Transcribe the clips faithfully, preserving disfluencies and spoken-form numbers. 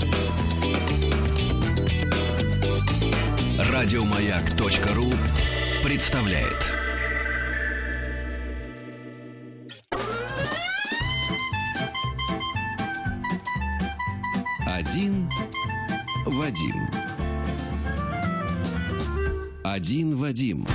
Радиомаяк.ру представляет. Один Вадим. Один Вадим.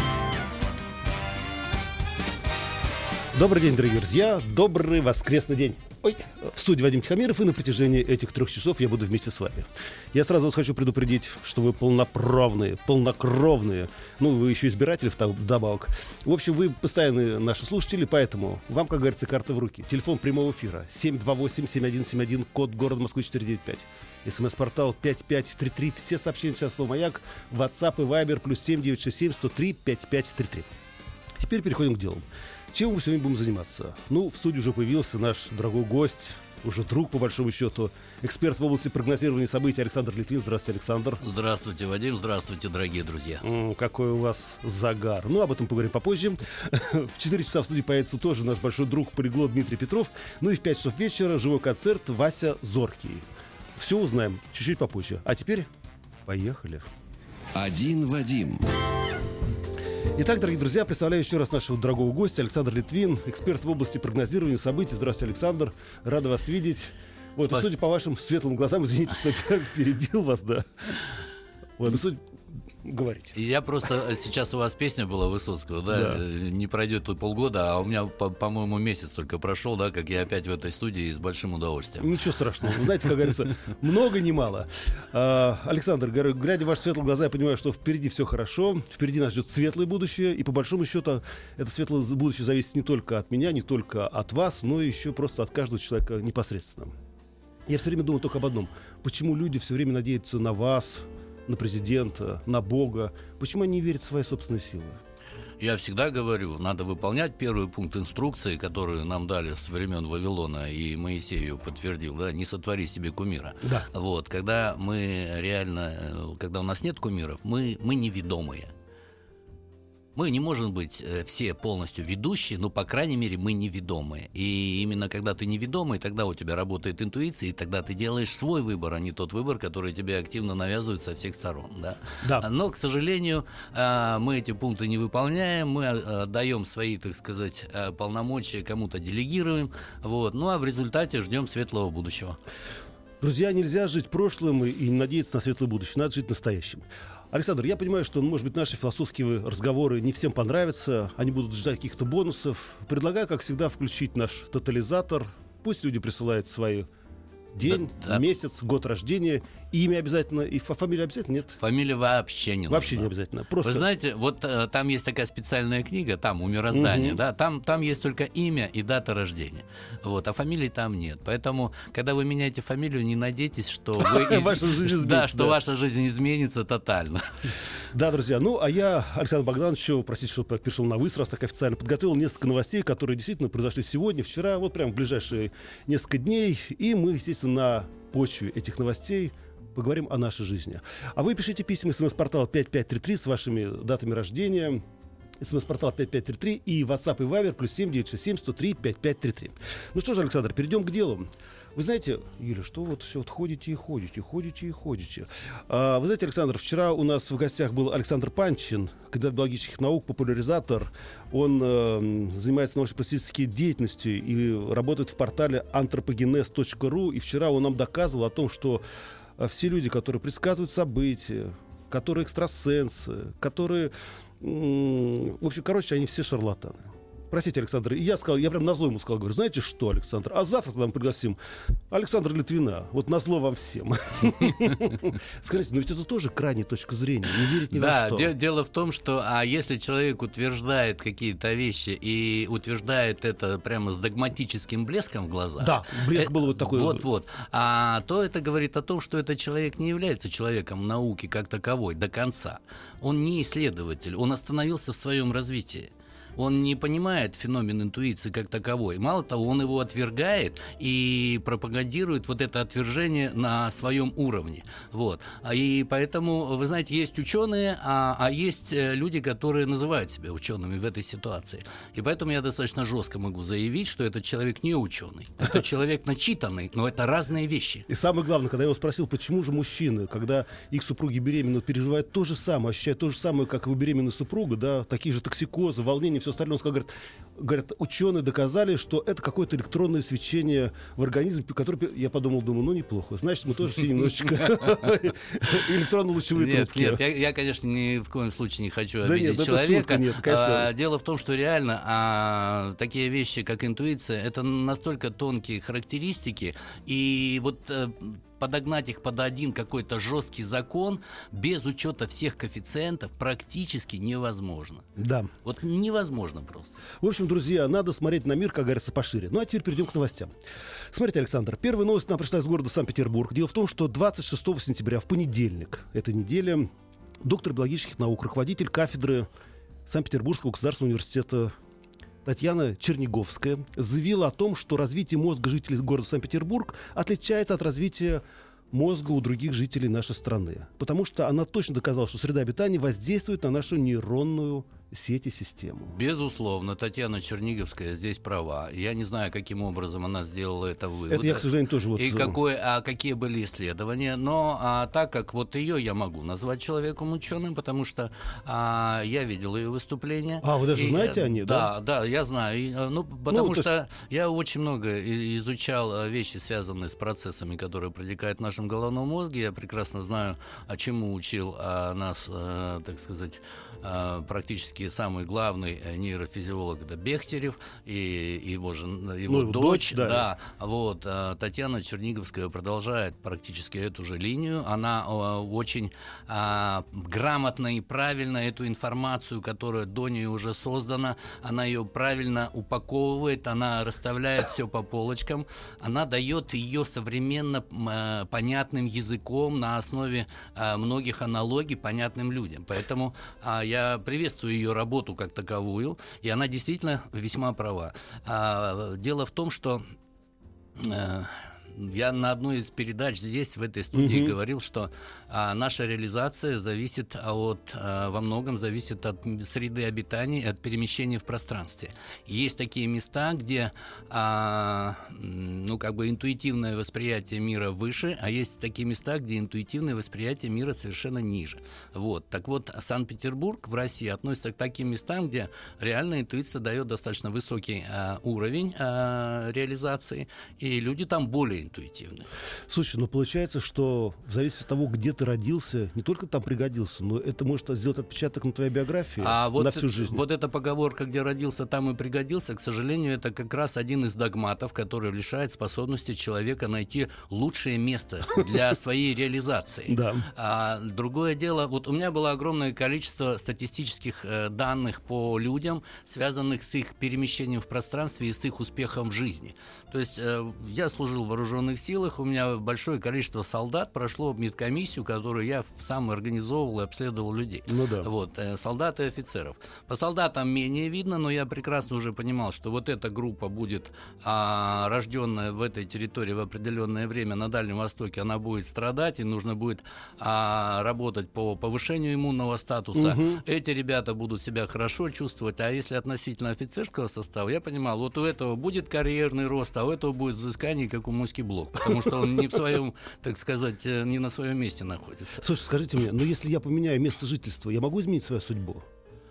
Добрый день, дорогие друзья. Добрый воскресный день. Ой, в студии Вадим Тихомиров, и на протяжении этих трех часов я буду вместе с вами. Я сразу вас хочу предупредить, что вы полноправные, полнокровные, ну, вы еще избиратели вдобавок. В общем, вы постоянные наши слушатели, поэтому вам, как говорится, карта в руки. Телефон прямого эфира семь два восемь семь один семь один, код города Москвы четыре девять пять. СМС-портал пять пять три три. Все сообщения сейчас слово «Маяк». WhatsApp и Viber плюс семь девятьсот шестьдесят семь сто три пятьдесят пять тридцать три. Теперь переходим к делу. Чем мы сегодня будем заниматься? Ну, в студии уже появился наш дорогой гость, уже друг, по большому счету, эксперт в области прогнозирования событий Александр Литвин. Здравствуйте, Александр. Здравствуйте, Вадим. Здравствуйте, дорогие друзья. М-м, какой у вас загар. Ну, об этом поговорим попозже. В четыре часа в студии появится тоже наш большой друг, полиглот Дмитрий Петров. Ну и в пять часов вечера живой концерт Вася Зоркий. Все узнаем чуть-чуть попозже. А теперь поехали. Один Вадим. Итак, дорогие друзья, представляю еще раз нашего дорогого гостя Александр Литвин, эксперт в области прогнозирования событий. Здравствуйте, Александр. Рада вас видеть. Вот, и судя по вашим светлым глазам, извините, что я перебил вас, да. Вот, и судя... Говорите. Я просто... Сейчас у вас песня была Высоцкого, да? да. Не пройдет тут полгода, а у меня, по- по-моему, месяц только прошел, да, как я опять в этой студии с большим удовольствием. Ничего страшного. Вы знаете, как говорится, много не мало. А, Александр, глядя в ваши светлые глаза, я понимаю, что впереди все хорошо, впереди нас ждет светлое будущее, и по большому счету это светлое будущее зависит не только от меня, не только от вас, но еще просто от каждого человека непосредственно. Я все время думаю только об одном. Почему люди все время надеются на вас, на президента, на Бога? Почему они не верят в свои собственные силы? Я всегда говорю, надо выполнять первый пункт инструкции, которую нам дали с времен Вавилона, и Моисей ее подтвердил, да, не сотвори себе кумира. Да. Вот, когда мы реально, когда у нас нет кумиров, мы, мы неведомые. Мы не можем быть э, все полностью ведущие, но, по крайней мере, мы неведомые. И именно когда ты неведомый, тогда у тебя работает интуиция, и тогда ты делаешь свой выбор, а не тот выбор, который тебе активно навязывают со всех сторон. Да? Да. Но, к сожалению, э, мы эти пункты не выполняем, мы э, даем свои, так сказать, э, полномочия, кому-то делегируем, вот, ну а в результате ждем светлого будущего. Друзья, нельзя жить прошлым и не надеяться на светлое будущее, надо жить настоящим. Александр, я понимаю, что, может быть, наши философские разговоры не всем понравятся, они будут ждать каких-то бонусов. Предлагаю, как всегда, включить наш тотализатор. Пусть люди присылают свои день, да, да. месяц, год рождения, имя обязательно, и фамилия обязательно, нет? Фамилия вообще не нужна. Вообще не обязательно. Просто... Вы знаете, вот э, там есть такая специальная книга, там у мироздания, угу. да, там, там есть только имя и дата рождения, вот, а фамилии там нет. Поэтому, когда вы меняете фамилию, не надейтесь, что вы из... ваша жизнь изменится. Да, что ваша жизнь изменится тотально. Да, друзья, ну, а я, Александр Богданович, простите, что пришел на вы, раз так официально, подготовил несколько новостей, которые действительно произошли сегодня, вчера, вот прямо в ближайшие несколько дней, и мы, естественно, на почве этих новостей поговорим о нашей жизни. А вы пишите письма смс-портал пять пять три три с вашими датами рождения, смс-портал пять пять три три и WhatsApp и Viber плюс семь девятьсот шестьдесят семь сто три пятьдесят пять тридцать три. Ну что же, Александр, перейдем к делу. Вы знаете, Юля, что вот все вот ходите и ходите, ходите и ходите. А, вы знаете, Александр, вчера у нас в гостях был Александр Панчин, кандидат биологических наук, популяризатор. Он э, занимается научно-просветительской деятельностью и работает в портале антропогенез точка ру. И вчера он нам доказывал о том, что э, все люди, которые предсказывают события, которые экстрасенсы, которые... М- в общем, короче, они все шарлатаны. Простите, Александр, и я сказал, я прям назло ему сказал, говорю, знаете что, Александр, а завтра когда мы пригласим Александра Литвина, вот назло вам всем. Скажите, но ведь это тоже крайняя точка зрения, не верить ни во что. Да, дело в том, что а если человек утверждает какие-то вещи и утверждает это прямо с догматическим блеском в глазах. Да, блеск был вот такой. Вот-вот. А то это говорит о том, что этот человек не является человеком науки как таковой до конца. Он не исследователь, он остановился в своем развитии. Он не понимает феномен интуиции как таковой. Мало того, он его отвергает и пропагандирует вот это отвержение на своем уровне. Вот. И поэтому, вы знаете, есть ученые, а, а есть люди, которые называют себя учеными в этой ситуации. И поэтому я достаточно жестко могу заявить, что этот человек не ученый. Это человек начитанный, но это разные вещи. И самое главное, когда я его спросил, почему же мужчины, когда их супруги беременны, переживают то же самое, ощущают то же самое, как его беременная супруга, да, такие же токсикозы, волнения, все остальное. Он сказал, говорит, говорят, ученые доказали, что это какое-то электронное свечение в организме, которое, я подумал, думаю, ну неплохо. Значит, мы тоже все немножечко электронно-лучевые трубки. Нет, нет, я, конечно, ни в коем случае не хочу обидеть человека. Дело в том, что реально такие вещи, как интуиция, это настолько тонкие характеристики, и вот подогнать их под один какой-то жесткий закон без учета всех коэффициентов практически невозможно. Да. Вот невозможно просто. В общем, друзья, надо смотреть на мир, как говорится, пошире. Ну а теперь перейдем к новостям. Смотрите, Александр, первая новость нам пришла из города Санкт-Петербург. Дело в том, что двадцать шестого сентября, в понедельник этой недели, доктор биологических наук, руководитель кафедры Санкт-Петербургского государственного университета Татьяна Черниговская заявила о том, что развитие мозга жителей города Санкт-Петербург отличается от развития мозга у других жителей нашей страны. Потому что она точно доказала, что среда обитания воздействует на нашу нейронную сеть и систему. Безусловно, Татьяна Черниговская здесь права. Я не знаю, каким образом она сделала это вывод. Это я, к сожалению, тоже вот... И какой, а какие были исследования. Но а, так как вот ее я могу назвать человеком ученым, потому что а, я видел ее выступление. А, вы даже и, знаете о ней, да? Да, да, я знаю. И, ну, потому ну, что есть... я очень много изучал вещи, связанные с процессами, которые протекают в нашем головном мозге. Я прекрасно знаю, о чему учил а, нас, а, так сказать, а, практически самый главный нейрофизиолог — это Бехтерев и его, жен, его ну, дочь. дочь да. Да, вот, Татьяна Черниговская продолжает практически эту же линию. Она очень а, грамотно и правильно эту информацию, которая до нее уже создана, она ее правильно упаковывает, она расставляет все по полочкам, она дает ее современно а, понятным языком на основе а, многих аналогий понятным людям. Поэтому а, я приветствую ее работу как таковую, и она действительно весьма права. А, дело в том, что э, я на одной из передач здесь, в этой студии, mm-hmm. говорил, что а, наша реализация зависит от, а, во многом зависит от среды обитания, от перемещения в пространстве. И есть такие места, где а, ну, как бы интуитивное восприятие мира выше, а есть такие места, где интуитивное восприятие мира совершенно ниже. Вот. Так вот, Санкт-Петербург в России относится к таким местам, где реальная интуиция дает достаточно высокий а, уровень а, реализации, и люди там более интуитивны. Слушай, ну получается, что в зависимости от того, где ты родился, не только там пригодился, но это может сделать отпечаток на твоей биографии а вот на всю жизнь. Вот эта поговорка, где родился, там и пригодился, к сожалению, это как раз один из догматов, который лишает способности человека найти лучшее место для своей реализации. Да. А другое дело, вот у меня было огромное количество статистических э, данных по людям, связанных с их перемещением в пространстве и с их успехом в жизни. То есть э, я служил в вооруженных силах, у меня большое количество солдат прошло медкомиссию, которую я сам организовывал и обследовал людей. Ну да. Вот, э, солдат и офицеров. По солдатам менее видно, но я прекрасно уже понимал, что вот эта группа будет а, рожденная в этой территории в определенное время на Дальнем Востоке, она будет страдать, и нужно будет а, работать по повышению иммунного статуса. Угу. Эти ребята будут себя хорошо чувствовать, а если относительно офицерского состава, я понимал, вот у этого будет карьерный рост, а у этого будет взыскание, как у Муськи Блок, потому что он не в своем, так сказать, не на своем месте находится. Слушай, скажите мне, ну если я поменяю место жительства, я могу изменить свою судьбу?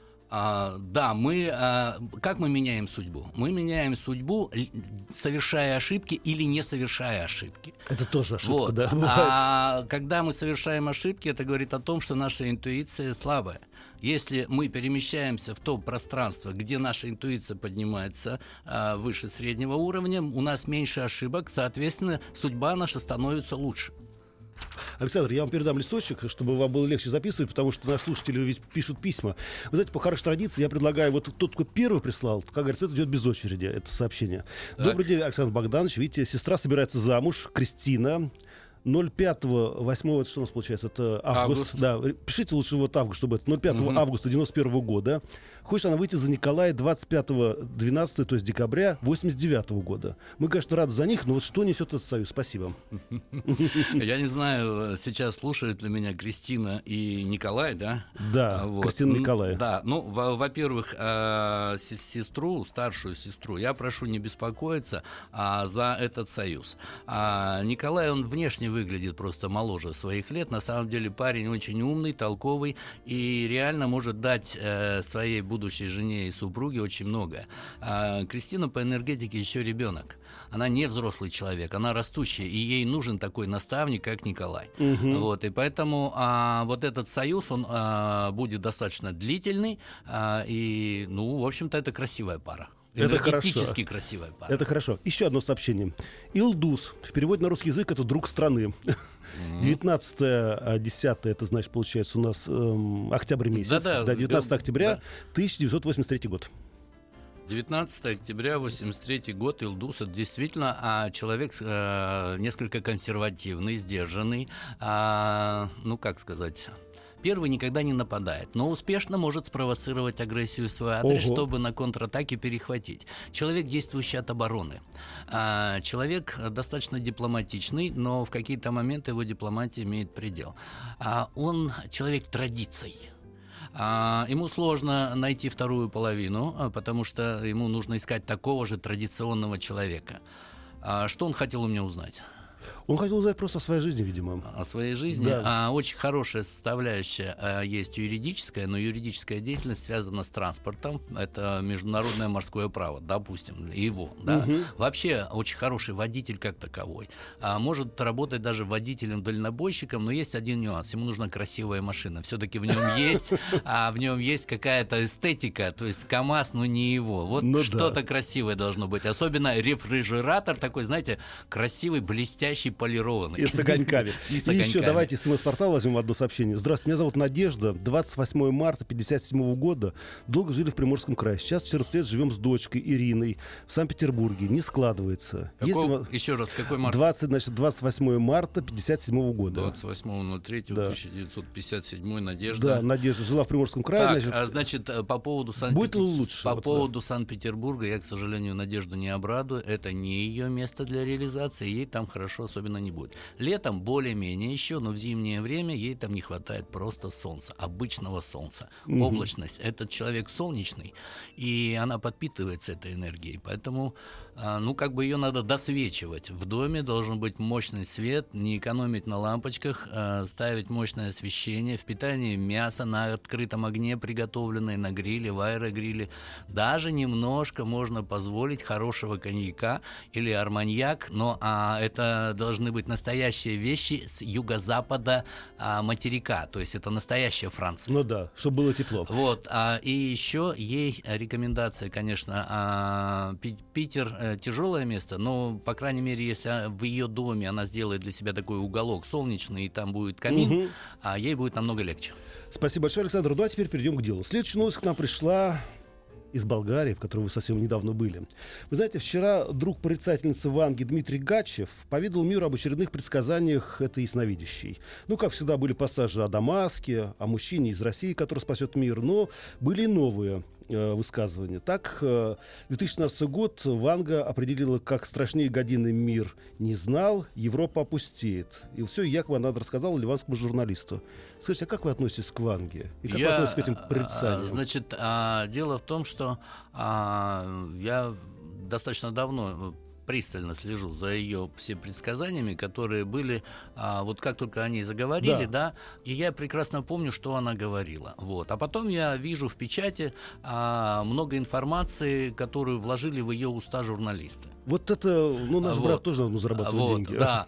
А, да, мы, а, как мы меняем судьбу? Мы меняем судьбу, совершая ошибки или не совершая ошибки. Это тоже ошибка, вот. Да? А когда мы совершаем ошибки, это говорит о том, что наша интуиция слабая. Если мы перемещаемся в то пространство, где наша интуиция поднимается а, выше среднего уровня, у нас меньше ошибок, соответственно, судьба наша становится лучше. Александр, я вам передам листочек, чтобы вам было легче записывать, потому что наши слушатели ведь пишут письма. Вы знаете, по хорошей традиции я предлагаю, вот тот, кто первый прислал, как говорится, это идет без очереди, это сообщение. Так. Добрый день, Александр Богданович. Видите, сестра собирается замуж, Кристина. ноль пятого восьмого, это что у нас получается? Это август. август. Да, пишите лучше вот август, чтобы это ноль пятого угу. августа девяносто первого года. Хочет она выйти за Николая двадцать пятого двенадцатого, то есть декабря восемьдесят девятого года. Мы, конечно, рады за них, но вот что несет этот союз? Спасибо. Я не знаю, сейчас слушают ли меня Кристина и Николай, да? Да, вот. Кристина и Николай. Да, ну, во-первых, сестру, старшую сестру, я прошу не беспокоиться за этот союз. Николай, он внешне выглядит просто моложе своих лет. На самом деле парень очень умный, толковый и реально может дать своей будущей жене и супруге очень многое. Кристина по энергетике еще ребенок. Она не взрослый человек, она растущая, и ей нужен такой наставник, как Николай. Угу. Вот, и поэтому а, вот этот союз, он а, будет достаточно длительный, а, и, ну, в общем-то, это красивая пара. Энергетически красивая пара. Это хорошо. Еще одно сообщение. Илдус. В переводе на русский язык это друг страны. девятнадцатое десятое, это, значит, получается у нас эм, октябрь месяц. Да, да, да, девятнадцатое октября, да. тысяча девятьсот восемьдесят третий год. девятнадцатое октября восемьдесят третий год, Илдус, это действительно а, человек а, несколько консервативный, сдержанный, а, ну, как сказать... Первый никогда не нападает, но успешно может спровоцировать агрессию в свой адрес, Ого. чтобы на контратаке перехватить. Человек, действующий от обороны. А, человек достаточно дипломатичный, но в какие-то моменты его дипломатия имеет предел. А, он человек традиций. А, ему сложно найти вторую половину, потому что ему нужно искать такого же традиционного человека. А, что он хотел у меня узнать? Он хотел узнать просто о своей жизни, видимо. О своей жизни. Да. А, очень хорошая составляющая а, есть юридическая, но юридическая деятельность связана с транспортом. Это международное морское право, допустим, его. Да? Угу. Вообще очень хороший водитель как таковой. А, может работать даже водителем-дальнобойщиком, но есть один нюанс. Ему нужна красивая машина. Все-таки в нем есть, а в нем есть какая-то эстетика. То есть КамАЗ, но не его. Вот ну, что-то да. красивое должно быть. Особенно рефрижератор такой, знаете, красивый, блестящий, полированный. И с огоньками. И, с огоньками. И еще давайте СМС-портал возьмем одно сообщение. Здравствуйте, меня зовут Надежда. двадцать восьмое марта пятьдесят седьмого года. Долго жили в Приморском крае. Сейчас четырнадцать лет живем с дочкой Ириной в Санкт-Петербурге. Не складывается. Каков, Есть... Еще раз, какой март? двадцать, значит, двадцать восьмое марта пятьдесят седьмого года. двадцать восьмого третьего да. тысяча девятьсот пятьдесят седьмой Надежда. Да, Надежда жила в Приморском крае. Так, значит, а, значит, по поводу Санкт-Петербурга. Будет ли лучше? По вот, поводу да. Санкт-Петербурга я, к сожалению, Надежду не обрадую. Это не ее место для реализации. Ей там хорошо особенно не будет. Летом более-менее еще, но в зимнее время ей там не хватает просто солнца, обычного солнца. Mm-hmm. Облачность. Этот человек солнечный, и она подпитывается этой энергией. Поэтому, ну, как бы ее надо досвечивать. В доме должен быть мощный свет, не экономить на лампочках, ставить мощное освещение, в питании мясо на открытом огне, приготовленное на гриле, в аэрогриле. Даже немножко можно позволить хорошего коньяка или арманьяк, но а, это должны быть настоящие вещи с юго-запада а, материка, то есть это настоящая Франция. Ну да, чтобы было тепло. Вот, а, и еще ей рекомендация, конечно, а, Питер а, тяжелое место, но, по крайней мере, если в ее доме она сделает для себя такой уголок солнечный, и там будет камин, угу. а ей будет намного легче. Спасибо большое, Александр. Ну а теперь перейдем к делу. Следующая новость к нам пришла из Болгарии, в которой вы совсем недавно были. Вы знаете, вчера друг порицательницы Ванги Дмитрий Гатчев поведал миру об очередных предсказаниях этой ясновидящей. Ну, как всегда, были пассажи о Дамаске, о мужчине из России, который спасет мир, но были и новые э, высказывания. Так, э, две тысячи шестнадцатый год Ванга определила, как страшнее годины мир не знал, Европа опустеет. И все якобы она рассказала ливанскому журналисту. Скажите, а как вы относитесь к Ванге? И как я, вы относитесь к этим прорицаниям? Значит, а, дело в том, что а, я достаточно давно пристально слежу за ее все предсказаниями, которые были, а, вот как только они заговорили, да. да, и я прекрасно помню, что она говорила. Вот. А потом я вижу в печати а, много информации, которую вложили в ее уста журналисты. Вот это, ну, наш вот. брат тоже надо зарабатывать вот, деньги. Да,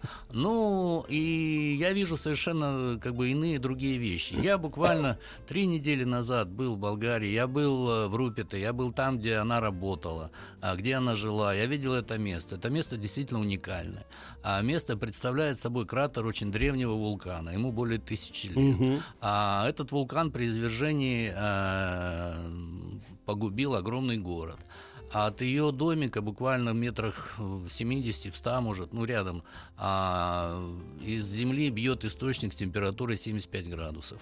ну, и я вижу совершенно как бы иные другие вещи. Я буквально три недели назад был в Болгарии, я был в Рупете, я был там, где она работала, где она жила, я видел это место. Это место действительно уникальное. А место представляет собой кратер очень древнего вулкана, ему более тысячи лет. Угу. А этот вулкан при извержении э, погубил огромный город. А от ее домика буквально в метрах семьдесят, в ста, может, ну, рядом, а, из земли бьет источник с температурой семьдесят пять градусов.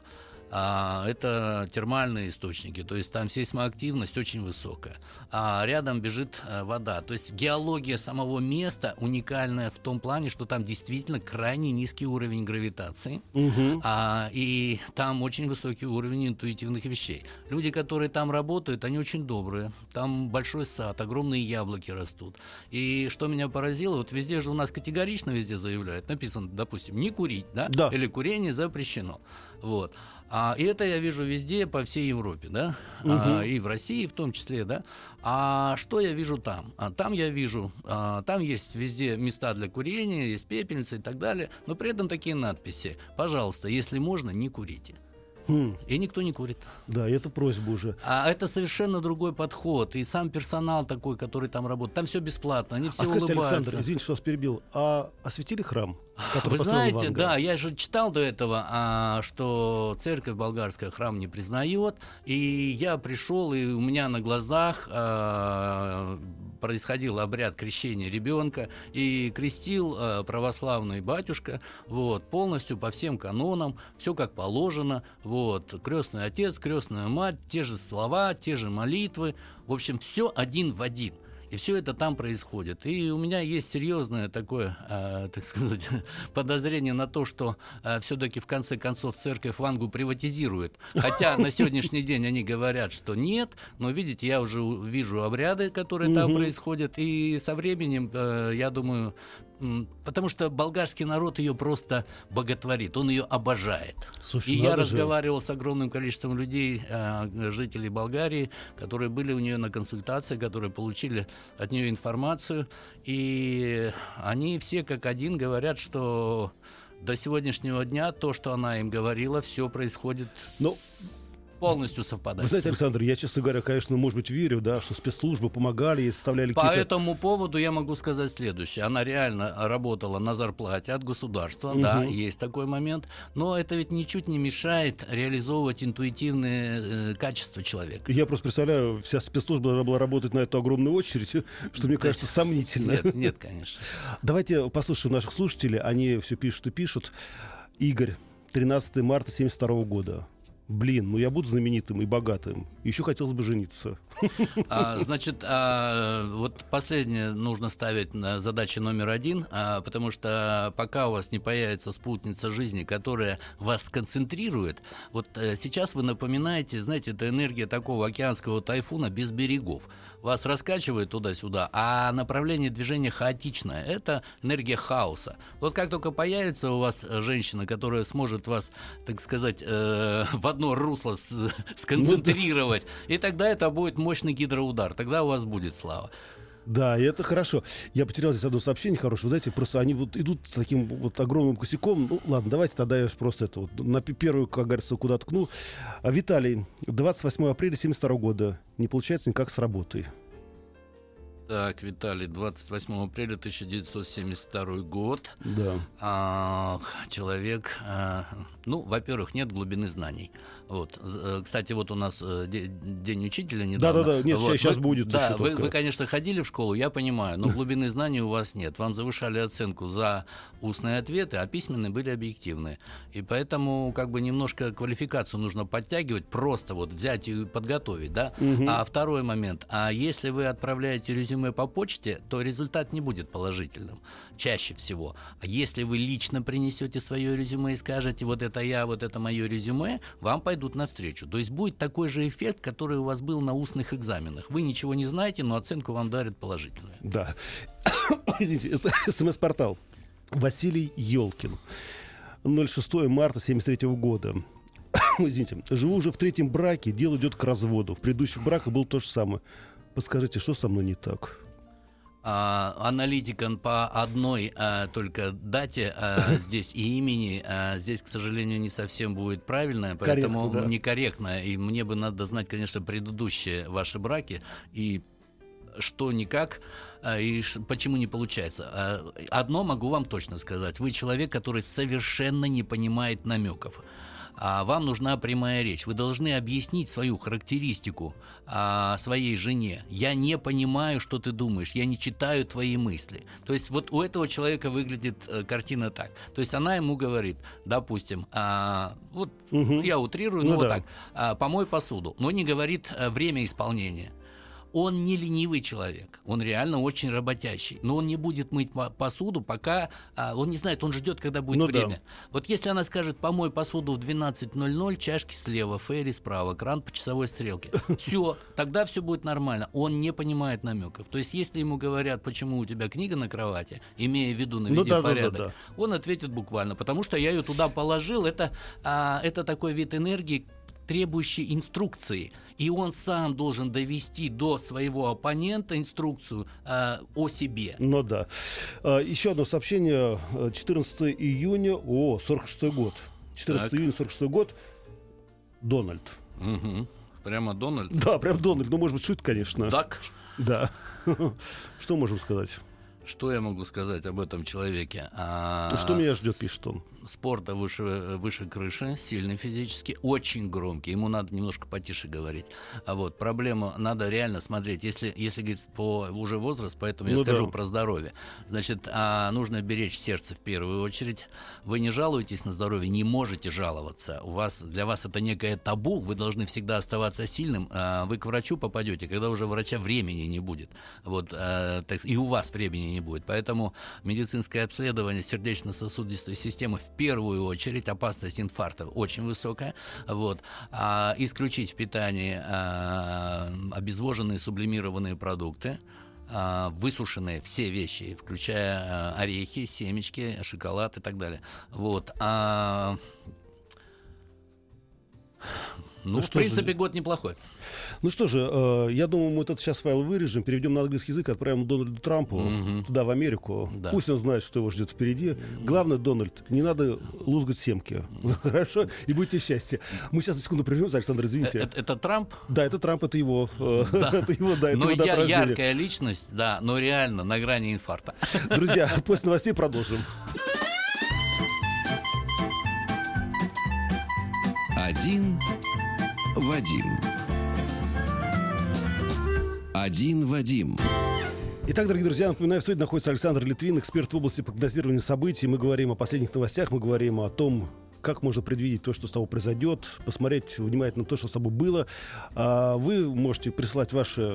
А это термальные источники, то есть там сейсмоактивность очень высокая. А рядом бежит а, вода. То есть геология самого места уникальная в том плане, что там действительно крайне низкий уровень гравитации, угу. а, и там очень высокий уровень интуитивных вещей. Люди, которые там работают, они очень добрые. Там большой сад, огромные яблоки растут. И что меня поразило, вот везде же у нас категорично везде заявляют, написано, допустим, не курить, да? Да. Или курение запрещено. Вот. А, и это я вижу везде, по всей Европе, да, угу. а, и в России в том числе, да. А что я вижу там? А, там я вижу, а, там есть везде места для курения, есть пепельницы и так далее, но при этом такие надписи: пожалуйста, если можно, не курите. Хм. И никто не курит. Да, это просьба уже. А это совершенно другой подход. И сам персонал такой, который там работает. Там все бесплатно, они все а скажите, улыбаются. Александр, извините, что вас перебил. А осветили храм, который Вы построил знаете, Ван Гог? да, я же читал до этого, а, что церковь болгарская храм не признает. И я пришел, и у меня на глазах а, происходил обряд крещения ребенка. И крестил а, православный батюшка, вот, полностью по всем канонам, все как положено. Вот, крестный отец, крестная мать, те же слова, те же молитвы. В общем, все один в один. И все это там происходит. И у меня есть серьезное такое, э, так сказать, подозрение на то, что э, все-таки в конце концов церковь Вангу приватизирует. Хотя на сегодняшний день они говорят, что нет. Но, видите, я уже вижу обряды, которые там происходят. И со временем, э, я думаю... Потому что болгарский народ ее просто боготворит, он ее обожает. Слушай, и я разговаривал же. с огромным количеством людей, э, жителей Болгарии, которые были у нее на консультации, которые получили от нее информацию. И они все как один говорят, что до сегодняшнего дня то, что она им говорила, все происходит... Но... полностью совпадает. Вы знаете, Александр, я, честно говоря, конечно, может быть, верю, да, что спецслужбы помогали ей, составляли По какие-то... этому поводу я могу сказать следующее. Она реально работала на зарплате от государства, угу. да, есть такой момент, но это ведь ничуть не мешает реализовывать интуитивные э, качества человека. Я просто представляю, вся спецслужба должна была работать на эту огромную очередь, что, мне кажется, сомнительно. Нет, нет, конечно. Давайте послушаем наших слушателей, они все пишут и пишут. Игорь, тринадцатого марта семьдесят второго года. Блин, ну я буду знаменитым и богатым. Еще хотелось бы жениться. А, значит, а, вот последнее нужно ставить на задачу номер один, а, потому что пока у вас не появится спутница жизни, которая вас сконцентрирует, вот а, сейчас вы напоминаете, знаете, это энергия такого океанского тайфуна без берегов. Вас раскачивает туда-сюда, а направление движения хаотичное. Это энергия хаоса. Вот как только появится у вас женщина, которая сможет вас, так сказать, э, в одно русло с- сконцентрировать, и тогда это будет мощный гидроудар. Тогда у вас будет слава. Да, и это хорошо. Я потерял здесь одно сообщение хорошее. Вы знаете, просто они вот идут таким вот огромным косяком. Ну, ладно, давайте тогда я просто это вот на первую, как говорится, куда ткну. А, Виталий, двадцать восьмого апреля семьдесят второго года. Не получается никак с работой. Так, Виталий, двадцать восьмого апреля тысяча девятьсот семьдесят второй год. Да. А, человек, а, ну, во-первых, нет глубины знаний. Вот. Кстати, вот у нас День учителя недавно. Да-да-да, нет, вот. сейчас вы, будет. Да, вы, вы, конечно, ходили в школу, я понимаю, но глубины знаний у вас нет. Вам завышали оценку за устные ответы, а письменные были объективные. И поэтому как бы немножко квалификацию нужно подтягивать, просто вот взять и подготовить, да. Угу. А второй момент, а если вы отправляете резюме по почте, то результат не будет положительным, чаще всего. А если вы лично принесете свое резюме и скажете, вот это я, вот это мое резюме, вам пойдут навстречу. То есть будет такой же эффект, который у вас был на устных экзаменах. Вы ничего не знаете, но оценку вам дарят положительную. Да. Извините, СМС-портал. Василий Ёлкин. шестого марта семьдесят третьего года. Извините. Живу уже в третьем браке, дело идет к разводу. В предыдущих браках было то же самое. Подскажите, что со мной не так? А, аналитикам по одной а, только дате а, здесь и имени а, здесь, к сожалению, не совсем будет правильно, поэтому корректно, да. некорректно. И мне бы надо знать, конечно, предыдущие ваши браки и что никак, а, и ш, почему не получается. А, одно могу вам точно сказать: вы человек, который совершенно не понимает намеков. а, вам нужна прямая речь. Вы должны объяснить свою характеристику а, своей жене. Я не понимаю, что ты думаешь, я не читаю твои мысли. То есть вот у этого человека выглядит а, картина так. То есть она ему говорит, допустим, а, вот угу. я утрирую, ну, ну вот да. так, а, помой посуду, но не говорит а, время исполнения. Он не ленивый человек, он реально очень работящий, но он не будет мыть посуду, пока а, он не знает, он ждет, когда будет ну время. Да. Вот если она скажет, помой посуду в двенадцать ноль ноль, чашки слева, фейри справа, кран по часовой стрелке, все, тогда все будет нормально. Он не понимает намеков. То есть если ему говорят, почему у тебя книга на кровати, имея в виду наведи ну, да, порядок, да, да, да. он ответит буквально, потому что я ее туда положил, это, а, это такой вид энергии, требующий инструкции, и он сам должен довести до своего оппонента инструкцию э, о себе. Ну да. А, еще одно сообщение. четырнадцатого июня, о, сорок шестой год. четырнадцатого июня сорок шестой год. Дональд. Угу. Прямо Дональд? Да, прям Дональд. Ну, может быть, шутка, конечно. Так? Да. Что можем сказать? Что я могу сказать об этом человеке? А... Что меня ждет, пишет он. Спорта выше, выше крыши, сильный физически, очень громкий. Ему надо немножко потише говорить. А вот проблему надо реально смотреть. Если, если говорить по уже возраст, поэтому я ну скажу да. про здоровье. Значит, а, нужно беречь сердце в первую очередь. Вы не жалуетесь на здоровье, не можете жаловаться. У вас, для вас это некое табу, вы должны всегда оставаться сильным. А, вы к врачу попадете, когда уже врача времени не будет. Вот, а, так, и у вас времени не будет. Поэтому медицинское обследование сердечно-сосудистой системы в первую очередь, опасность инфаркта очень высокая. Вот. А исключить в питании а, обезвоженные сублимированные продукты, а, высушенные все вещи, включая а, орехи, семечки, шоколад и так далее. Вот. А, ну, ну в принципе, же... год неплохой. Ну что же, э, я думаю, мы этот сейчас файл вырежем, переведем на английский язык, отправим Дональду Трампу mm-hmm. туда, в Америку. Да. Пусть он знает, что его ждет впереди. Главное, Дональд, не надо лузгать семки. Хорошо? И будьте счастья. Мы сейчас на секунду прервемся, Александр, извините. Это, это Трамп? Да, это Трамп, это его. Да. Это его, да, это но его я, яркая личность, да, но реально на грани инфаркта. Друзья, после новостей продолжим. Один Вадим. Один Вадим. Итак, дорогие друзья, напоминаю, в студии находится Александр Литвин, эксперт в области прогнозирования событий. Мы говорим о последних новостях, мы говорим о том, как можно предвидеть то, что с тобой произойдет, посмотреть внимательно то, что с тобой было. Вы можете прислать ваше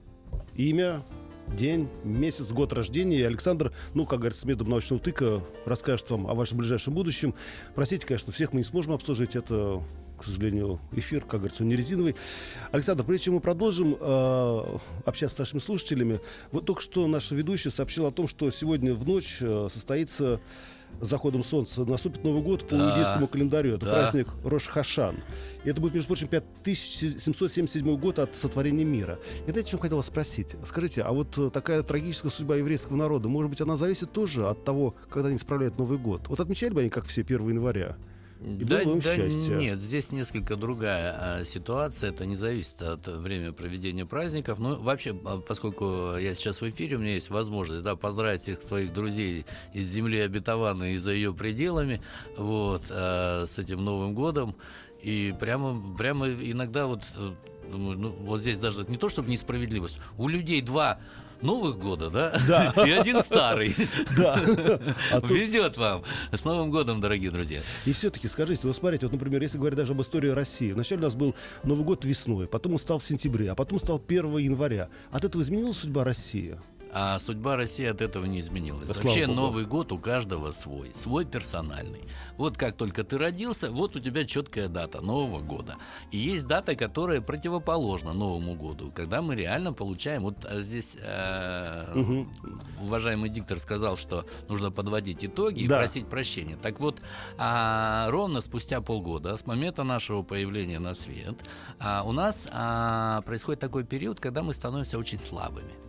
имя, день, месяц, год рождения. И Александр, ну, как говорится, с методом научного тыка расскажет вам о вашем ближайшем будущем. Простите, конечно, всех мы не сможем обслужить. Это, к сожалению, эфир, как говорится, он не резиновый. Александр, прежде чем мы продолжим э, общаться с нашими слушателями, вот только что наш ведущий сообщил о том, что сегодня в ночь э, состоится с заходом солнца, наступит Новый год по да, иудейскому календарю. Это да. праздник Рош-Хашан. И это будет, между прочим, пять тысяч семьсот семьдесят седьмой год от сотворения мира. И знаете, чем хотел вас спросить? Скажите, а вот такая трагическая судьба еврейского народа, может быть, она зависит тоже от того, когда они справляют Новый год? Вот отмечали бы они, как все, первого января? И да, да нет, здесь несколько другая а, ситуация. Это не зависит от времени проведения праздников. Но вообще, поскольку я сейчас в эфире, у меня есть возможность да, поздравить всех своих друзей из земли обетованной и за ее пределами вот, а, с этим Новым годом. И прямо, прямо иногда вот, думаю, ну, вот здесь даже не то, чтобы несправедливость. У людей два Новых года, да? Да. И один старый. Да. А Везет тут... вам. С Новым годом, дорогие друзья. И все-таки скажите, вот смотрите, вот, например, если говорить даже об истории России. Вначале у нас был Новый год весной, потом он стал в сентябре, а потом стал первого января. От этого изменилась судьба России? А судьба России от этого не изменилась. Да, вообще Новый год у каждого свой, свой персональный. Вот как только ты родился, вот у тебя четкая дата Нового года. И есть дата, которая противоположна Новому году, когда мы реально получаем. Вот здесь э, угу. уважаемый диктор сказал, что нужно подводить итоги и да. просить прощения. Так вот, а, ровно спустя полгода, с момента нашего появления на свет, а, у нас а, происходит такой период, когда мы становимся очень слабыми.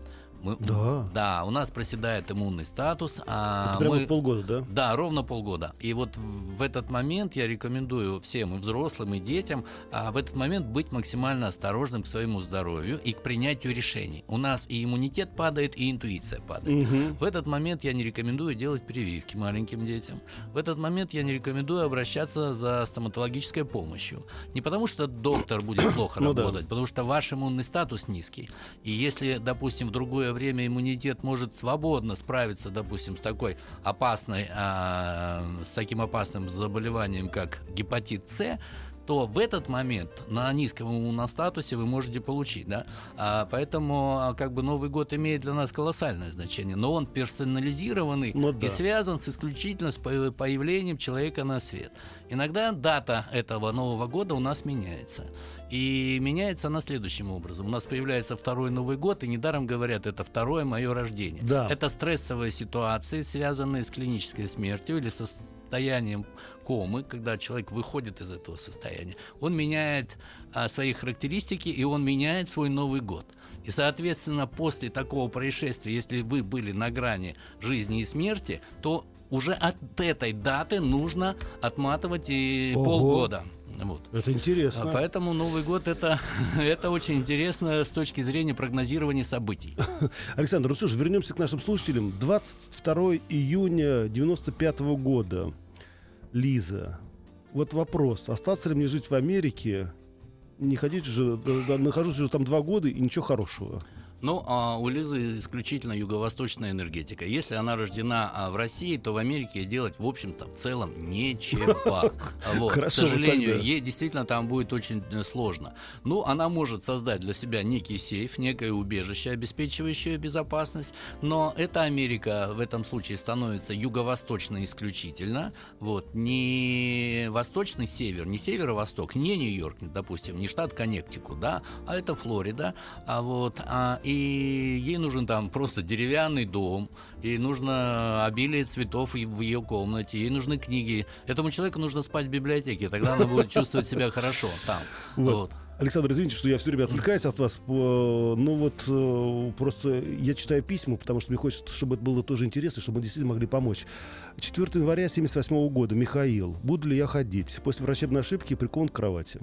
Мы, Да. Да, у нас проседает иммунный статус. А Это прямо мы, вот полгода, да? Да, ровно полгода. И вот в, в этот момент я рекомендую всем, и взрослым, и детям, а, в этот момент быть максимально осторожным к своему здоровью и к принятию решений. У нас и иммунитет падает, и интуиция падает. Угу. В этот момент я не рекомендую делать прививки маленьким детям. В этот момент я не рекомендую обращаться за стоматологической помощью. Не потому, что доктор будет плохо Ну да. работать, потому что ваш иммунный статус низкий. И если, допустим, в другое время иммунитет может свободно справиться, допустим, с такой опасной, а, с таким опасным заболеванием, как гепатит С, то в этот момент на низком иммунном статусе вы можете получить, да, а, поэтому а, как бы Новый год имеет для нас колоссальное значение, но он персонализированный Ну да. и связан с исключительно с по- появлением человека на свет. Иногда дата этого Нового года у нас меняется, и меняется она следующим образом: у нас появляется второй Новый год, и недаром говорят, это второе мое рождение. Да. Это стрессовые ситуации, связанные с клинической смертью или со состоянием комы, когда человек выходит из этого состояния, он меняет а, свои характеристики, и он меняет свой Новый год. И, соответственно, после такого происшествия, если вы были на грани жизни и смерти, то уже от этой даты нужно отматывать и Ого. полгода. Вот. Это интересно. А Поэтому Новый год это, это очень интересно с точки зрения прогнозирования событий. Александр, ну что ж, вернемся к нашим слушателям. двадцать второго июня девяносто пятого года. Лиза, вот вопрос: остаться ли мне жить в Америке? Не ходить уже, да, нахожусь уже там два года и ничего хорошего. Ну, а у Лизы исключительно юго-восточная энергетика. Если она рождена а, в России, то в Америке делать, в общем-то, в целом нечего. Вот. К Хорошо, сожалению, тогда. ей действительно там будет очень э, сложно. Ну, она может создать для себя некий сейф, некое убежище, обеспечивающее безопасность, но эта Америка в этом случае становится юго-восточной исключительно. Вот. Не восточный север, не северо-восток, не Нью-Йорк, допустим, не штат Коннектикут, да, а это Флорида. А вот... А, и ей нужен там просто деревянный дом, ей нужно обилие цветов в ее комнате, ей нужны книги. Этому человеку нужно спать в библиотеке, тогда она будет чувствовать себя хорошо там. Вот. Вот. Александр, извините, что я все время отвлекаюсь от вас. Ну вот просто я читаю письма, потому что мне хочется, чтобы это было тоже интересно, чтобы мы действительно могли помочь. четвёртого января семьдесят восьмого года. Михаил. Буду ли я ходить? После врачебной ошибки прикован к кровати.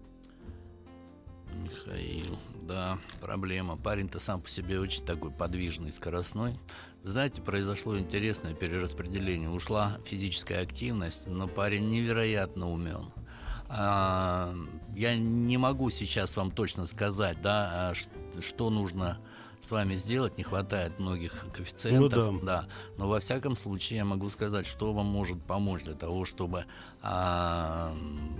Михаил, да, проблема. Парень-то сам по себе очень такой подвижный, скоростной. Знаете, произошло интересное перераспределение. Ушла физическая активность, но парень невероятно умен. А, я не могу сейчас вам точно сказать, да, что нужно с вами сделать, не хватает многих коэффициентов, Ну да. да. Но во всяком случае я могу сказать, что вам может помочь для того, чтобы а,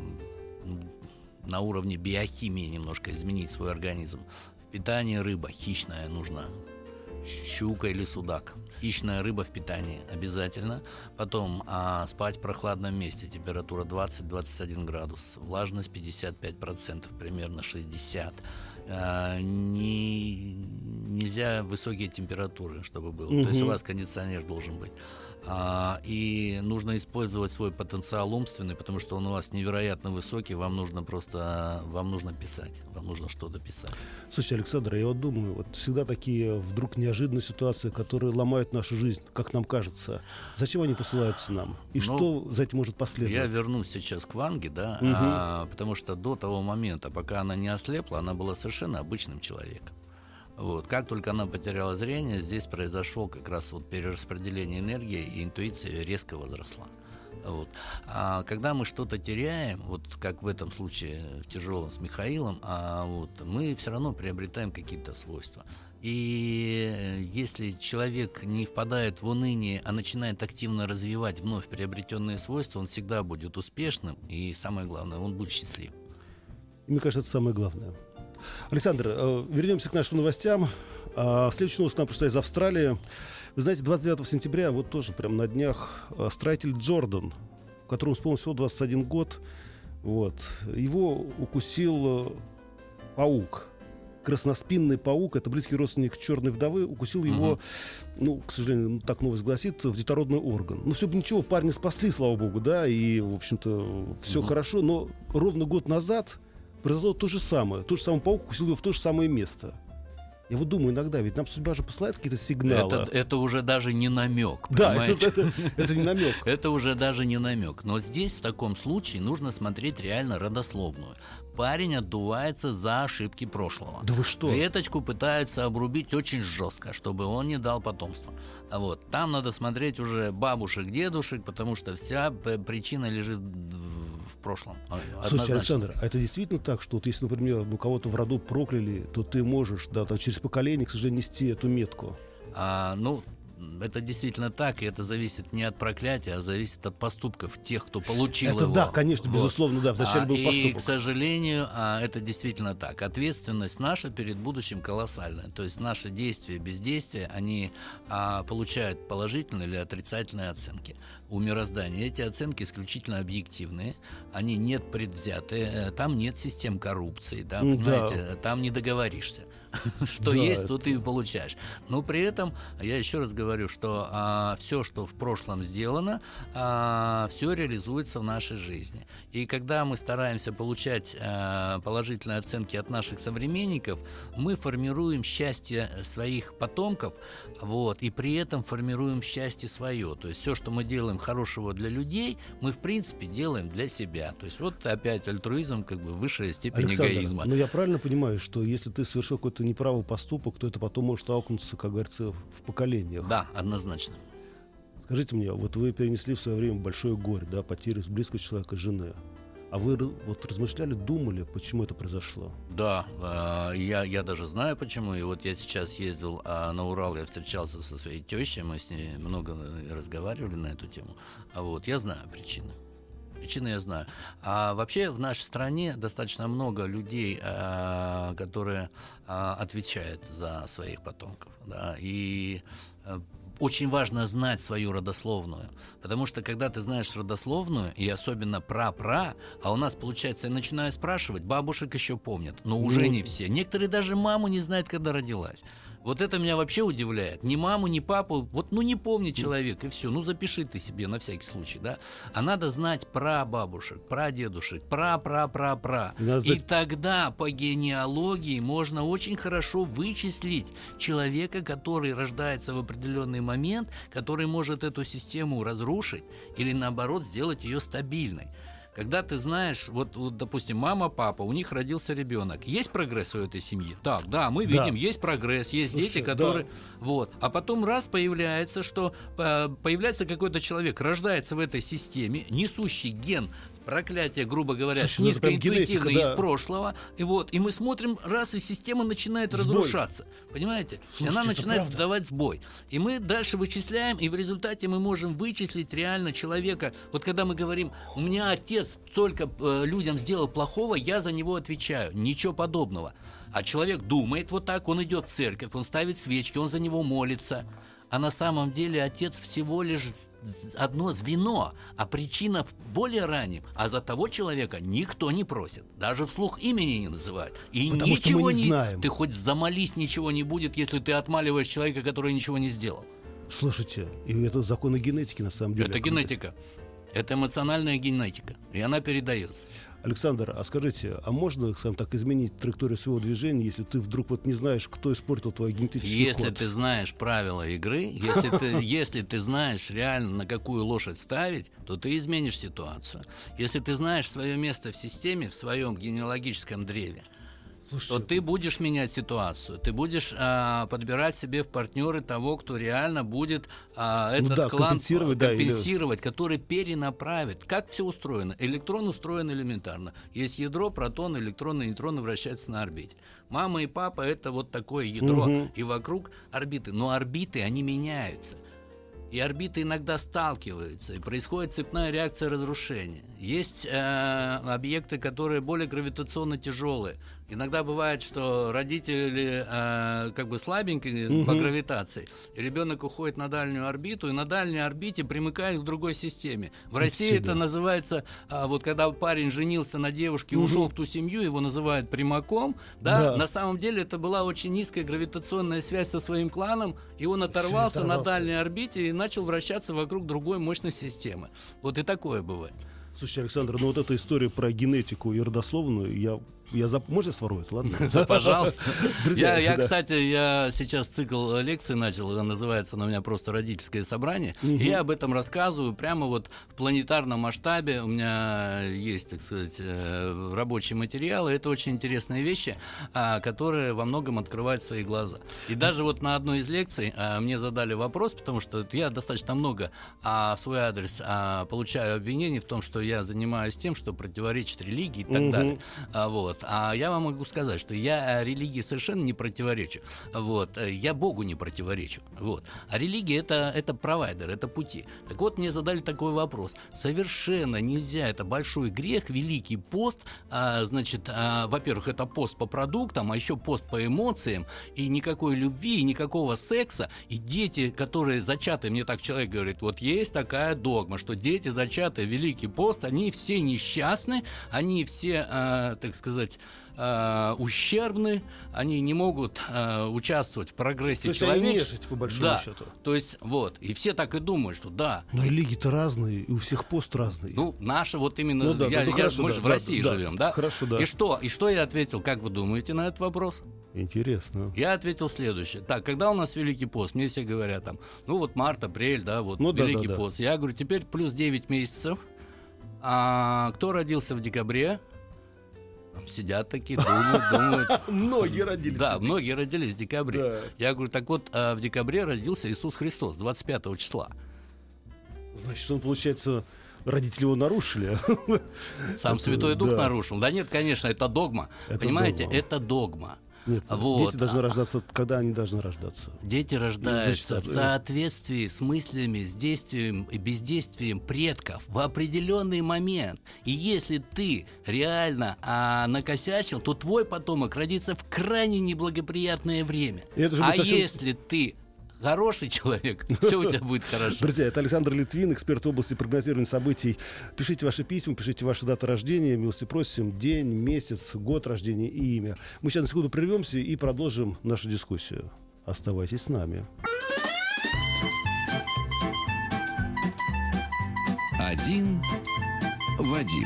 на уровне биохимии немножко изменить свой организм. В питании рыба хищная нужна. Щука или судак. Хищная рыба в питании обязательно. Потом а, спать в прохладном месте. Температура двадцать-двадцать один градус. Влажность пятьдесят пять процентов, примерно шестьдесят процентов. А, не, нельзя высокие температуры, чтобы было. Угу. То есть у вас кондиционер должен быть. А, и нужно использовать свой потенциал умственный, потому что он у вас невероятно высокий. Вам нужно просто, вам нужно писать. Вам нужно что-то писать. Слушайте, Александр, я вот думаю, вот всегда такие вдруг неожиданные ситуации, которые ломают нашу жизнь, как нам кажется. Зачем они посылаются нам? И Ну, что за этим может последовать? Я вернусь сейчас к Ванге, да, Угу. а, потому что до того момента, пока она не ослепла, она была совершенно обычным человеком. Вот. Как только она потеряла зрение, здесь произошло как раз вот перераспределение энергии, и интуиция резко возросла. Вот. А когда мы что-то теряем, вот как в этом случае в тяжелом с Михаилом, а вот, мы все равно приобретаем какие-то свойства. И если человек не впадает в уныние, а начинает активно развивать вновь приобретенные свойства, он всегда будет успешным, и самое главное, он будет счастлив. Мне кажется, это самое главное. Александр, э, вернемся к нашим новостям. А, следующая новость нам пришла из Австралии. Вы знаете, двадцать девятого сентября, вот тоже прямо на днях, э, строитель Джордан, которому исполнилось всего двадцать один год, вот, его укусил э, паук. Красноспинный паук, это близкий родственник черной вдовы, укусил его, Мгм. ну, к сожалению, так новость гласит, в детородный орган. Ну, все бы ничего, парня спасли, слава богу, да, и, в общем-то, все Мгм. хорошо, но ровно год назад произошло то же самое. Тот же самый паук укусил его в то же самое место. Я вот думаю иногда, ведь нам судьба же посылает какие-то сигналы. Это, это уже даже не намек. Да, это, это, это не намек. Это уже даже не намек. Но здесь в таком случае нужно смотреть реально родословную. Парень отдувается за ошибки прошлого. Да вы что? Веточку пытаются обрубить очень жестко, чтобы он не дал потомства. А вот там надо смотреть уже бабушек, дедушек, потому что вся причина лежит в прошлом. Слушайте, Однозначно. Александр, а это действительно так, что вот если, например, у кого-то в роду прокляли, то ты можешь, да, там, через поколение, к сожалению, нести эту метку? А, ну, это действительно так, и это зависит не от проклятия, а зависит от поступков тех, кто получил это его. Да, конечно, вот. Безусловно, да, вначале а, был поступок. И, к сожалению, а, это действительно так. Ответственность наша перед будущим колоссальная. То есть наши действия, бездействия, они а, получают положительные или отрицательные оценки у мироздания. Эти оценки исключительно объективные, они нет предвзятые, там нет систем коррупции, там, да. понимаете, там не договоришься. Что да, есть, это... то ты и получаешь. Но при этом, я еще раз говорю, что а, все, что в прошлом сделано, а, все реализуется в нашей жизни. И когда мы стараемся получать а, положительные оценки от наших современников, мы формируем счастье своих потомков, вот, и при этом формируем счастье свое. То есть все, что мы делаем хорошего для людей, мы в принципе делаем для себя. То есть вот опять альтруизм, как бы высшая степень Александр, эгоизма. Но я правильно понимаю, что если ты совершил какой-то неправый поступок, то это потом может столкнуться, как говорится, в поколениях? Да, однозначно. Скажите мне, вот вы перенесли в свое время большое горе, да, потерю близкого человека, жены. А вы вот размышляли, думали, почему это произошло? Да, э, я, я даже знаю почему. И вот я сейчас ездил э, на Урал, я встречался со своей тещей, мы с ней много разговаривали на эту тему. А вот я знаю причины. Причины я знаю. А вообще в нашей стране достаточно много людей, э, которые э, отвечают за своих потомков. Да, и э, очень важно знать свою родословную, потому что когда ты знаешь родословную, и особенно пра-пра, а у нас, получается, я начинаю спрашивать, бабушек еще помнят, но уже ну... не все. Некоторые даже маму не знают, когда родилась. Вот это меня вообще удивляет. Ни маму, ни папу, вот ну не помнит человек, и все. Ну запиши ты себе на всякий случай, да. А надо знать про бабушек, про дедушек, про-про-про-про. И тогда по генеалогии можно очень хорошо вычислить человека, который рождается в определенный момент, который может эту систему разрушить или наоборот сделать ее стабильной. Когда ты знаешь, вот, вот, допустим, мама, папа, у них родился ребенок. Есть прогресс у этой семьи? Так, да, мы видим, да. Есть прогресс, есть Слушай, дети, которые... Да. Вот. А потом раз появляется, что э, появляется какой-то человек, рождается в этой системе, несущий ген проклятие, грубо говоря, Слушай, низкоинтуитивно генетика, да. из прошлого. И вот, и мы смотрим, раз и система начинает сбой. разрушаться. Понимаете? Слушайте, и она начинает давать сбой. И мы дальше вычисляем, и в результате мы можем вычислить реально человека. Вот когда мы говорим, у меня отец столько э, людям сделал плохого, я за него отвечаю. Ничего подобного. А человек думает вот так, он идет в церковь, он ставит свечки, он за него молится. А на самом деле отец всего лишь одно звено, а причина в более раннем. А за того человека никто не просит. Даже вслух имени не называют. И Потому ничего что мы не не... знаем. Ты хоть замолись, ничего не будет, если ты отмаливаешь человека, который ничего не сделал. Слушайте, и это законы генетики на самом деле. Это генетика. Это эмоциональная генетика. И она передается. Александр, а скажите, а можно, скажем так, изменить траекторию своего движения, если ты вдруг вот не знаешь, кто испортил твой генетический если код? Если ты знаешь правила игры, если ты, если ты знаешь реально, на какую лошадь ставить, то ты изменишь ситуацию. Если ты знаешь свое место в системе, в своем генеалогическом древе, Слушайте, то ты будешь менять ситуацию. Ты будешь а, подбирать себе в партнеры того, кто реально будет а, этот ну да, клан компенсировать, компенсировать, да, или... который перенаправит. Как все устроено? Электрон устроен элементарно. Есть ядро, протоны, электроны, нейтроны вращаются на орбите. Мама и папа — это вот такое ядро. Угу. И вокруг орбиты. Но орбиты, они меняются. И орбиты иногда сталкиваются, и происходит цепная реакция разрушения. Есть э, объекты, которые более гравитационно тяжелые. Иногда бывает, что родители э, как бы слабенькие угу. по гравитации, и ребенок уходит на дальнюю орбиту, и на дальней орбите примыкает к другой системе. В России это называется, э, вот когда парень женился на девушке и угу. ушел в ту семью, его называют примаком. Да? Да. На самом деле это была очень низкая гравитационная связь со своим кланом, и он оторвался, оторвался. на дальней орбите и начал вращаться вокруг другой мощной системы. Вот и такое бывает. Слушайте, Александр, ну вот эта история про генетику и родословную, я Я зап... Можно я сворую это, ладно? Пожалуйста. Друзья, Я, я, да. кстати, я сейчас цикл лекций начал, называется она у меня просто «Родительское собрание». Мгм. И я об этом рассказываю прямо вот в планетарном масштабе. У меня есть, так сказать, э, рабочие материалы. Это очень интересные вещи, а, которые во многом открывают свои глаза. И даже вот на одной из лекций а, мне задали вопрос, потому что я достаточно много а, в свой адрес а, получаю обвинений в том, что я занимаюсь тем, что противоречит религии и так Мгм. далее. А, вот. А я вам могу сказать, что я религии совершенно не противоречу. Вот. Я Богу не противоречу. Вот. А религия это, это провайдер, это пути. Так вот, мне задали такой вопрос. Совершенно нельзя, это большой грех, великий пост. А, значит, а, во-первых, это пост по продуктам, а еще пост по эмоциям, и никакой любви, и никакого секса. И дети, которые зачаты, мне так человек говорит, вот есть такая догма, что дети, зачатые в Великий пост, они все несчастны, они все, а, так сказать, а, ущербны, они не могут а, участвовать в прогрессе То есть они человечества. нежить, по большому Да. счету. То есть, вот, и все так и думают, что да. Но религии-то разные, и у всех пост разный. Ну, наши вот именно, Ну да, я, ну, я- хорошо, мы да, же в да, России да, живем, да? хорошо, да. И что? И что я ответил, как вы думаете на этот вопрос? Интересно. Я ответил следующее. Так, когда у нас Великий пост? Мне все говорят там, ну вот март, апрель, да, вот Ну да, Великий да, да. пост. Я говорю, теперь плюс девять месяцев. А кто родился в декабре? Там сидят такие, думают, думают. Многие родились. Да, многие родились в декабре. Да. Я говорю, так вот, а в декабре родился Иисус Христос, двадцать пятого числа. Значит, он, получается, родители его нарушили. Сам Это, Святой Дух да. нарушил. Да нет, конечно, это догма. Это Понимаете, догма. это догма. Нет, Вот. дети должны рождаться, когда они должны рождаться. Дети рождаются Значит, в э, соответствии с мыслями, с действием и бездействием предков в определенный момент. И если ты реально а, накосячил, то твой потомок родится в крайне неблагоприятное время. И это же А будет совсем- если ты хороший человек, все у тебя будет хорошо. Друзья, это Александр Литвин, эксперт в области прогнозирования событий. Пишите ваши письма, пишите ваши даты рождения. Милости просим, день, месяц, год рождения и имя. Мы сейчас на секунду прервемся и продолжим нашу дискуссию. Оставайтесь с нами. Один Вадим.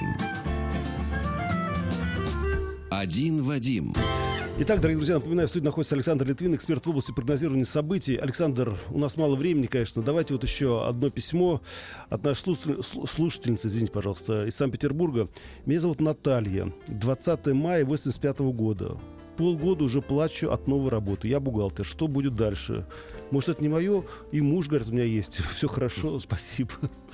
Один Вадим. Итак, дорогие друзья, напоминаю, в студии находится Александр Литвин, эксперт в области прогнозирования событий. Александр, у нас мало времени, конечно. Давайте вот еще одно письмо от нашей слушатель- слу- слушательницы, извините, пожалуйста, из Санкт-Петербурга. Меня зовут Наталья. двадцатого мая восемьдесят пятого года. Полгода уже плачу от новой работы. Я бухгалтер. Что будет дальше? Может, это не мое? И муж, говорит, у меня есть. Все хорошо, спасибо.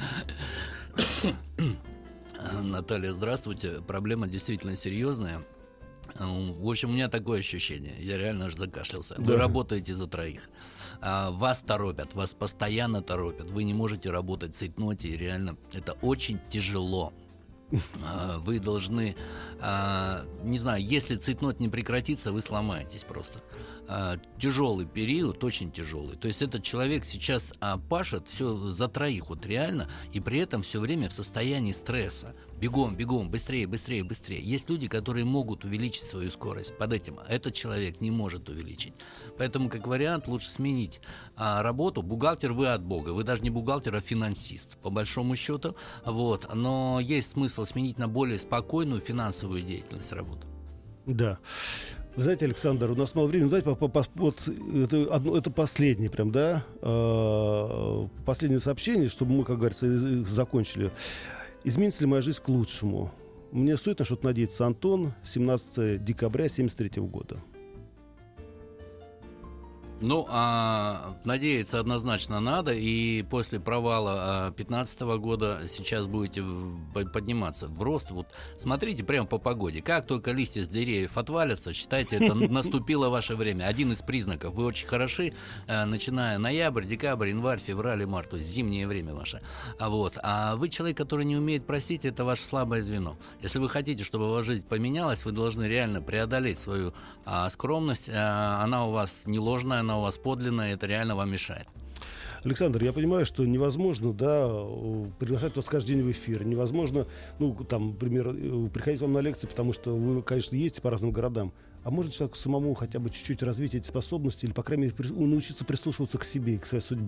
Наталья, здравствуйте. Проблема действительно серьезная. В общем, у меня такое ощущение. Я реально аж закашлялся. Вы Да. работаете за троих. А, Вас торопят, вас постоянно торопят. Вы не можете работать в цейтноте. И реально это очень тяжело. А, Вы должны, а, не знаю, если цейтнот не прекратится, вы сломаетесь просто. А, Тяжелый период, очень тяжелый. То есть этот человек сейчас а, пашет все за троих, вот реально, и при этом все время в состоянии стресса. Бегом, бегом, быстрее, быстрее, быстрее. Есть люди, которые могут увеличить свою скорость под этим, а этот человек не может увеличить. Поэтому, как вариант, лучше сменить а, работу. Бухгалтер вы от Бога. Вы даже не бухгалтер, а финансист, по большому счету. Вот. Но есть смысл сменить на более спокойную финансовую деятельность работы. Да. Вы знаете, Александр, у нас мало времени. Давайте по- по- вот это, одно, это последнее прям, да, э, последнее сообщение, чтобы мы, как говорится, из- закончили. Изменится ли моя жизнь к лучшему? Мне стоит на что-то надеяться. Антон, семнадцатого декабря семьдесят третьего года. Ну, а надеяться однозначно надо, и после провала пятнадцатого года сейчас будете в- подниматься в рост. Вот смотрите прямо по погоде. Как только листья с деревьев отвалятся, считайте, это наступило ваше время. Один из признаков. Вы очень хороши, э, начиная ноябрь, декабрь, январь, февраль и март, то есть зимнее время ваше. А, вот. а вы человек, который не умеет просить, это ваше слабое звено. Если вы хотите, чтобы ваша жизнь поменялась, вы должны реально преодолеть свою а, скромность. А, она у вас не ложная, она у вас подлинная, это реально вам мешает. Александр, я понимаю, что невозможно, да, э, приглашать вас каждый день в эфир. Невозможно, ну, там, например, э, приходить вам на лекции, потому что вы, конечно, ездите по разным городам. А может человеку самому хотя бы чуть-чуть развить эти способности или, по крайней мере, при- научиться прислушиваться к себе и к своей судьбе?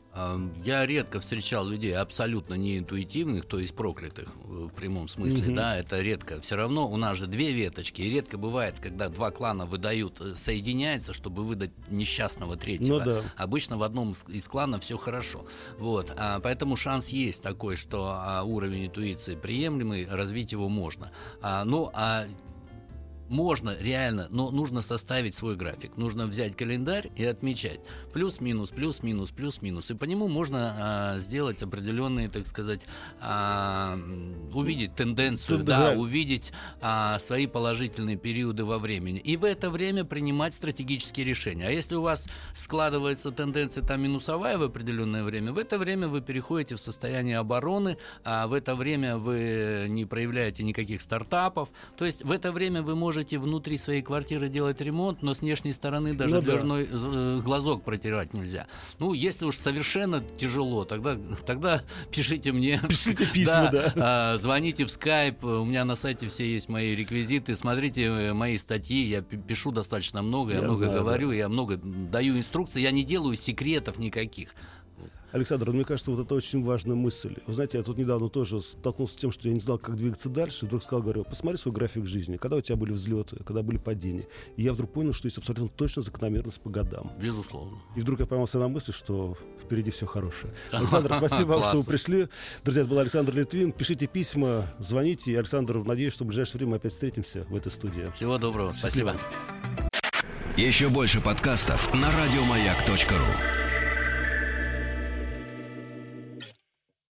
Я редко встречал людей абсолютно неинтуитивных, то есть проклятых в прямом смысле, mm-hmm. да, это редко. Все равно у нас же две веточки, и редко бывает, когда два клана выдают, соединяются, чтобы выдать несчастного третьего. Ну, да. Обычно в одном из кланов все хорошо. Вот. А, поэтому шанс есть такой, что а, уровень интуиции приемлемый, развить его можно. А, ну, а можно, реально, но нужно составить свой график. Нужно взять календарь и отмечать плюс-минус, плюс-минус, плюс-минус. И по нему можно а, сделать определенные, так сказать, а, увидеть тенденцию, да, да, увидеть а, свои положительные периоды во времени. И в это время принимать стратегические решения. А если у вас складывается тенденция там минусовая в определенное время, в это время вы переходите в состояние обороны, а в это время вы не проявляете никаких стартапов. То есть в это время вы можете внутри своей квартиры делать ремонт, но с внешней стороны даже ну, дверной да. глазок протирать нельзя. Ну, если уж совершенно тяжело, тогда, тогда пишите мне. Пишите письма, да. да. Звоните в скайп, у меня на сайте все есть мои реквизиты, смотрите мои статьи, я пишу достаточно много, я, я много знаю, говорю, да. я много даю инструкций, я не делаю секретов никаких. Александр, мне кажется, вот это очень важная мысль. Вы знаете, я тут недавно тоже столкнулся с тем, что я не знал, как двигаться дальше. Вдруг сказал, говорю, посмотри свой график жизни. Когда у тебя были взлеты, когда были падения. И я вдруг понял, что есть абсолютно точно закономерность по годам. Безусловно. И вдруг я поймался на мысли, что впереди все хорошее. Александр, спасибо вам, что вы пришли. Друзья, это был Александр Литвин. Пишите письма, звоните. Александр, надеюсь, что в ближайшее время мы опять встретимся в этой студии. Всего доброго. Спасибо. Еще больше подкастов на радиомаяк точка ру.